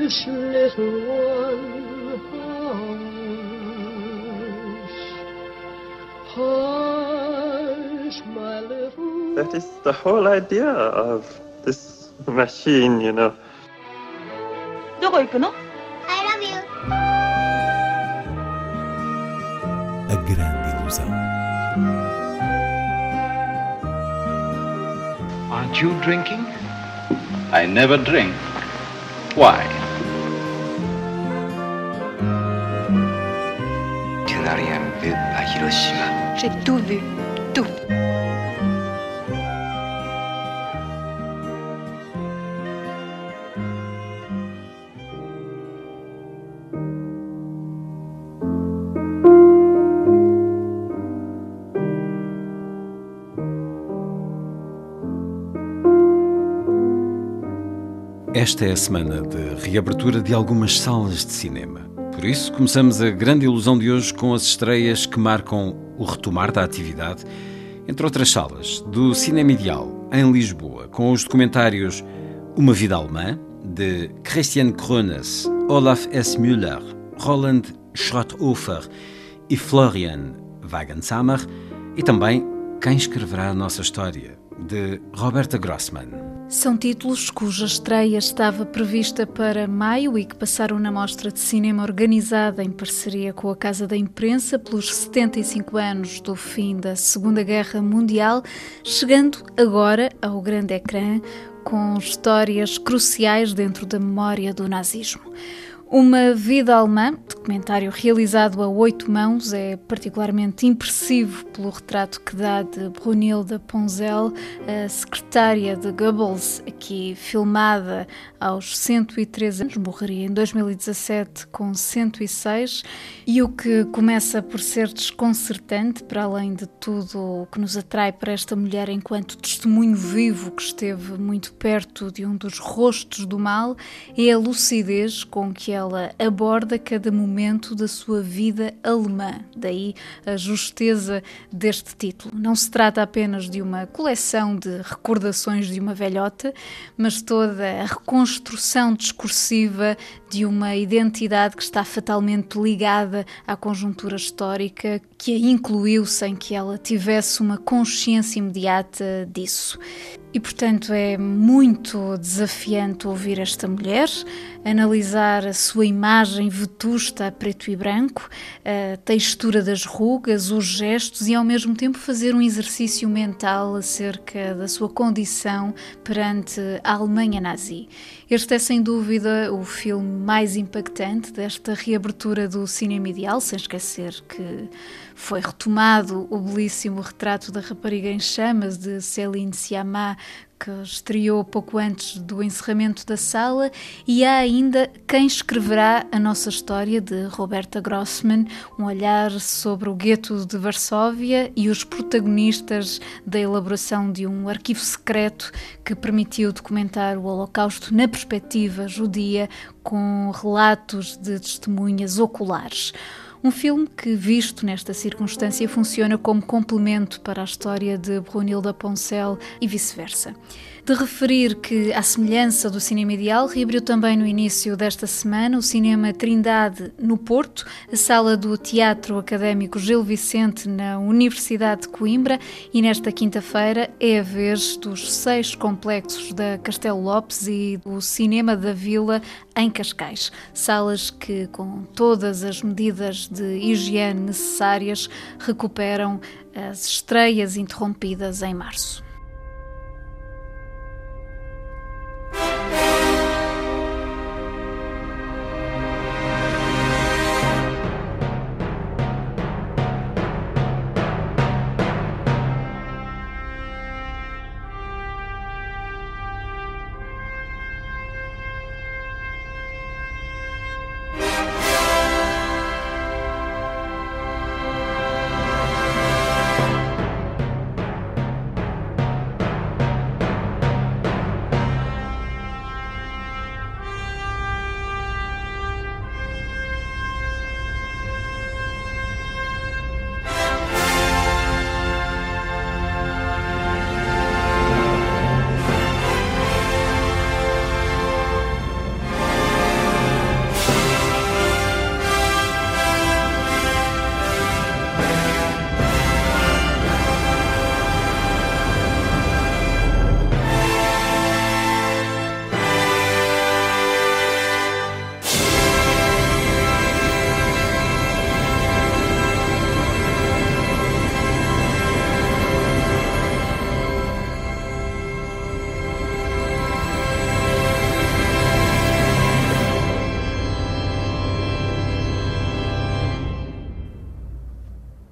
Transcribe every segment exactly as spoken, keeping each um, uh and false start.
Hush, little one, hush, hush, my little... That is the whole idea of this machine, you know. どこ行くの? I love you. A grande ilusão. Aren't you drinking? I never drink. Why? Tu n'as rien vu à Hiroshima. J'ai tout vu, tout. Esta é a semana de reabertura de algumas salas de cinema. Por isso, começamos a grande ilusão de hoje com as estreias que marcam o retomar da atividade, entre outras salas, do Cinema Ideal, em Lisboa, com os documentários Uma Vida Alemã, de Christian Krones, Olaf S. Müller, Roland Schrotthofer e Florian Wagenshammer, e também Quem Escreverá a Nossa História, de Roberta Grossman. São títulos cuja estreia estava prevista para maio e que passaram na Mostra de Cinema organizada em parceria com a Casa da Imprensa pelos setenta e cinco anos do fim da Segunda Guerra Mundial, chegando agora ao grande ecrã com histórias cruciais dentro da memória do nazismo. Uma Vida Alemã, documentário realizado a oito mãos, é particularmente impressivo pelo retrato que dá de Brunhilde Ponzel, a secretária de Goebbels, aqui filmada aos cento e treze anos, morreria em dois mil e dezassete com cento e seis, e o que começa por ser desconcertante, para além de tudo o que nos atrai para esta mulher enquanto testemunho vivo que esteve muito perto de um dos rostos do mal, é a lucidez com que ela Ela aborda cada momento da sua vida alemã, daí a justeza deste título. Não se trata apenas de uma coleção de recordações de uma velhota, mas toda a reconstrução discursiva de uma identidade que está fatalmente ligada à conjuntura histórica, que a incluiu sem que ela tivesse uma consciência imediata disso. E, portanto, é muito desafiante ouvir esta mulher, analisar a sua imagem vetusta a preto e branco, a textura das rugas, os gestos e, ao mesmo tempo, fazer um exercício mental acerca da sua condição perante a Alemanha nazi. Este é, sem dúvida, o filme mais impactante desta reabertura do Cinema Ideal, sem esquecer que foi retomado o belíssimo Retrato da Rapariga em Chamas, de Céline Sciamma, que estreou pouco antes do encerramento da sala, e há ainda Quem Escreverá a Nossa História, de Roberta Grossman, um olhar sobre o gueto de Varsóvia e os protagonistas da elaboração de um arquivo secreto que permitiu documentar o Holocausto na perspectiva judia, com relatos de testemunhas oculares. Um filme que, visto nesta circunstância, funciona como complemento para a história de Brunhilde Ponzel e vice-versa. De referir que, à semelhança do Cinema Ideal, reabriu também no início desta semana o Cinema Trindade no Porto, a sala do Teatro Académico Gil Vicente na Universidade de Coimbra, e nesta quinta-feira é a vez dos seis complexos da Castelo Lopes e do Cinema da Vila em Cascais. Salas que, com todas as medidas de higiene necessárias, recuperam as estreias interrompidas em março.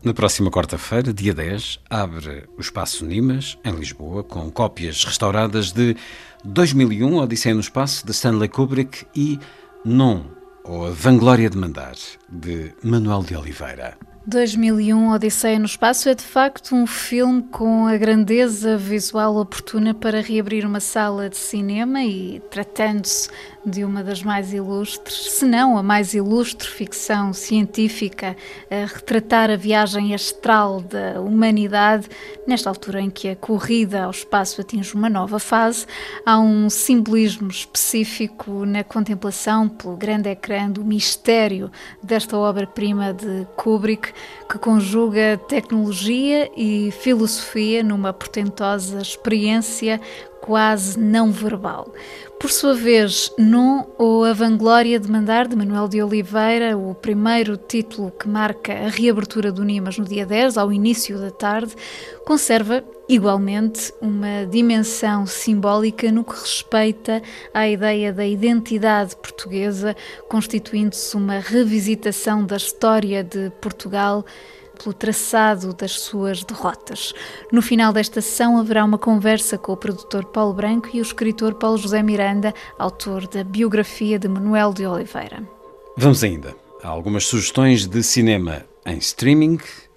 Na próxima quarta-feira, dia dez, abre o Espaço Nimas, em Lisboa, com cópias restauradas de dois mil e um, Odisseia no Espaço, de Stanley Kubrick, e Non, ou A Vanglória de Mandar, de Manuel de Oliveira. dois mil e um, Odisseia no Espaço é de facto um filme com a grandeza visual oportuna para reabrir uma sala de cinema e, tratando-se de uma das mais ilustres, se não a mais ilustre ficção científica a retratar a viagem astral da humanidade, nesta altura em que a corrida ao espaço atinge uma nova fase, há um simbolismo específico na contemplação pelo grande ecrã do mistério desta obra-prima de Kubrick, que conjuga tecnologia e filosofia numa portentosa experiência quase não verbal. Por sua vez, Non, ou A Vanglória de Mandar, de Manuel de Oliveira, o primeiro título que marca a reabertura do Nimas no dia dez, ao início da tarde, conserva igualmente uma dimensão simbólica no que respeita à ideia da identidade portuguesa, constituindo-se uma revisitação da história de Portugal pelo traçado das suas derrotas. No final desta sessão haverá uma conversa com o produtor Paulo Branco e o escritor Paulo José Miranda, autor da biografia de Manuel de Oliveira. Vamos ainda a algumas sugestões de cinema em streaming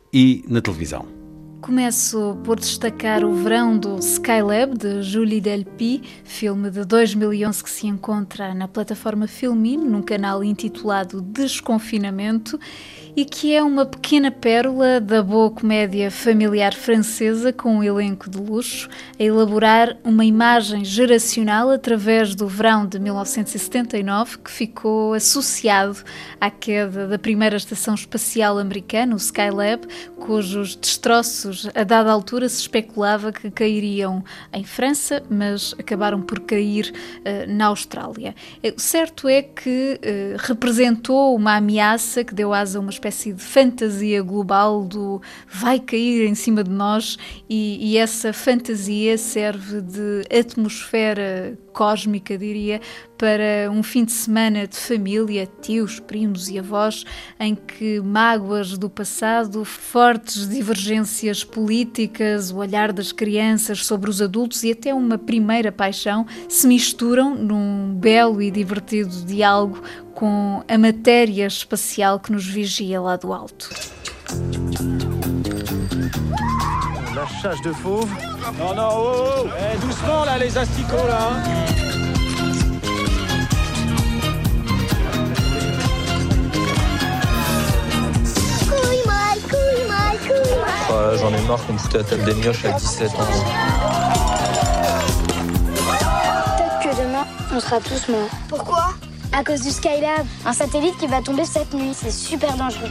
e na televisão. Começo por destacar O Verão do Skylab, de Julie Delpy, filme de dois mil e onze que se encontra na plataforma Filmin, num canal intitulado Desconfinamento, e que é uma pequena pérola da boa comédia familiar francesa com um elenco de luxo, a elaborar uma imagem geracional através do verão de mil novecentos e setenta e nove, que ficou associado à queda da primeira estação espacial americana, o Skylab, cujos destroços a dada altura se especulava que cairiam em França, mas acabaram por cair uh, na Austrália. O certo é que uh, representou uma ameaça que deu asa a uma espécie de fantasia global do vai cair em cima de nós, e, e essa fantasia serve de atmosfera cósmica, diria, para um fim de semana de família, tios, primos e avós, em que mágoas do passado, fortes divergências políticas, o olhar das crianças sobre os adultos e até uma primeira paixão se misturam num belo e divertido diálogo com a matéria espacial que nos vigia lá do alto. La chasse de fauve. Non, non, oh, oh. Eh, doucement là, les asticots là. Couille mal, couille mal, couille mal. Oh, j'en ai marre qu'on me foutait à table des mioches à dix-sept ans. Peut-être que demain, on sera tous morts. Pourquoi? À cause du Skylab, un satellite qui va tomber cette nuit. C'est super dangereux.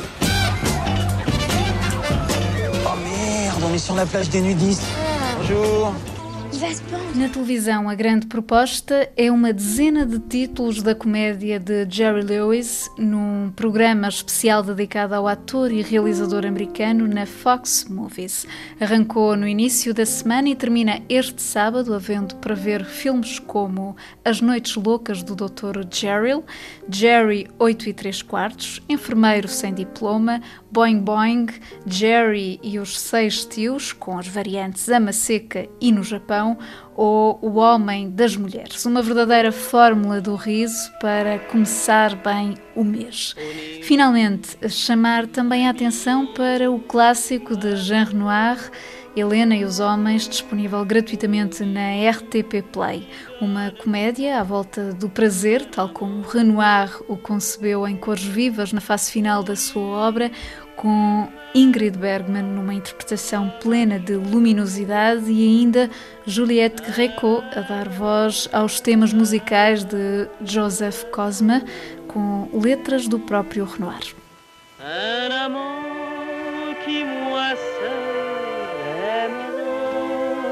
Oh merde, on est sur la plage des nudistes. Bonjour. Na televisão, a grande proposta é uma dezena de títulos da comédia de Jerry Lewis, num programa especial dedicado ao ator e realizador americano na Fox Movies. Arrancou no início da semana e termina este sábado, havendo para ver filmes como As Noites Loucas do doutor Jerry, Jerry oito e três quartos, Enfermeiro Sem Diploma, Boing Boing, Jerry e os Seis Tios, com as variantes Ama Seca e No Japão, ou O Homem das Mulheres, uma verdadeira fórmula do riso para começar bem o mês. Finalmente, chamar também a atenção para o clássico de Jean Renoir, Helena e os Homens, disponível gratuitamente na R T P Play. Uma comédia à volta do prazer, tal como Renoir o concebeu em cores vivas na fase final da sua obra, com Ingrid Bergman numa interpretação plena de luminosidade e ainda Juliette Gréco a dar voz aos temas musicais de Joseph Cosma, com letras do próprio Renoir. Un amant qui moi seul aimerai.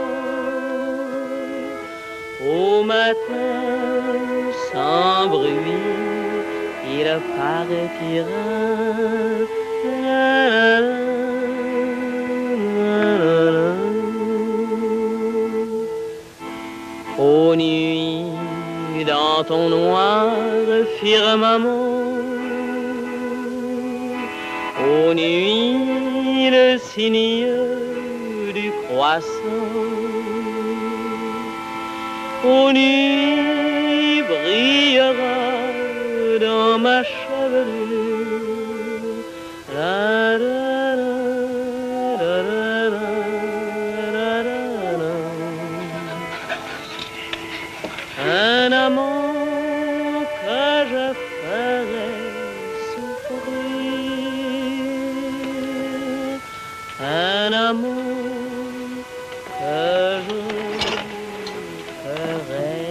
Au matin sans bruit il partira. Ô nuit, dans ton noir firmament, Aux nuits, le signe du croissant. Aux nuits, brillera dans ma chevelure. La, la, la, la, la, la, la, la. Un amant que je ferai souffrir, un amour que je ferai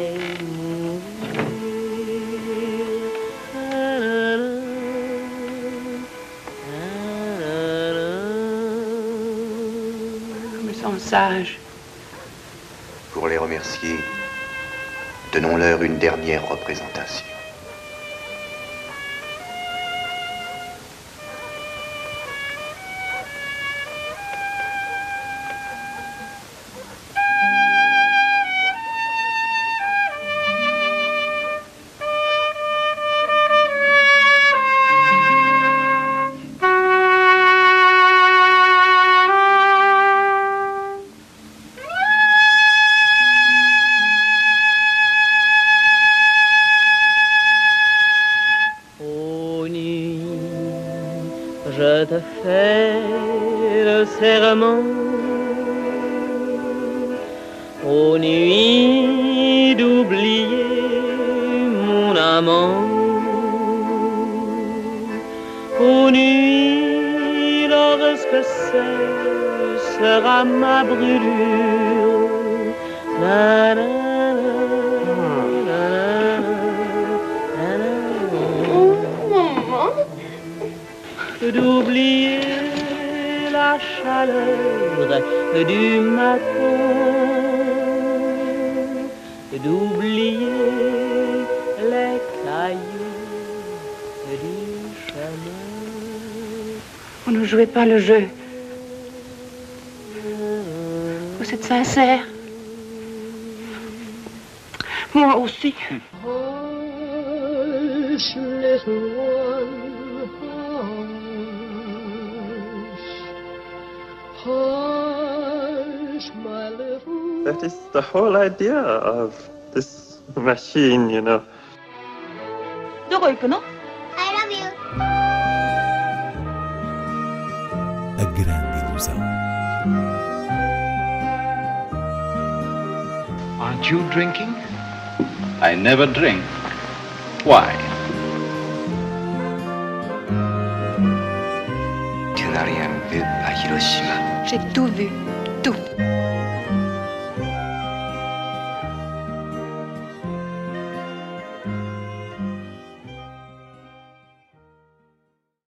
mourir. Je me sens sage. Pour les remercier, donnons-leur une dernière représentation. Je te fais le serment aux nuits d'oublier mon amant, aux nuits lorsque seule sera ma brûlure. La, la, d'oublier la chaleur du matin, d'oublier les cailloux du chemin. Vous ne jouez pas le jeu. Vous êtes sincère. Moi aussi. Hush, little one, hush, my little. That is the whole idea of this machine, you know. どこ行くの? I love you. A grande ilusão. Aren't you drinking? I never drink. Why? Tu n'as rien vu à Hiroshima. J'ai tout vu. Tout.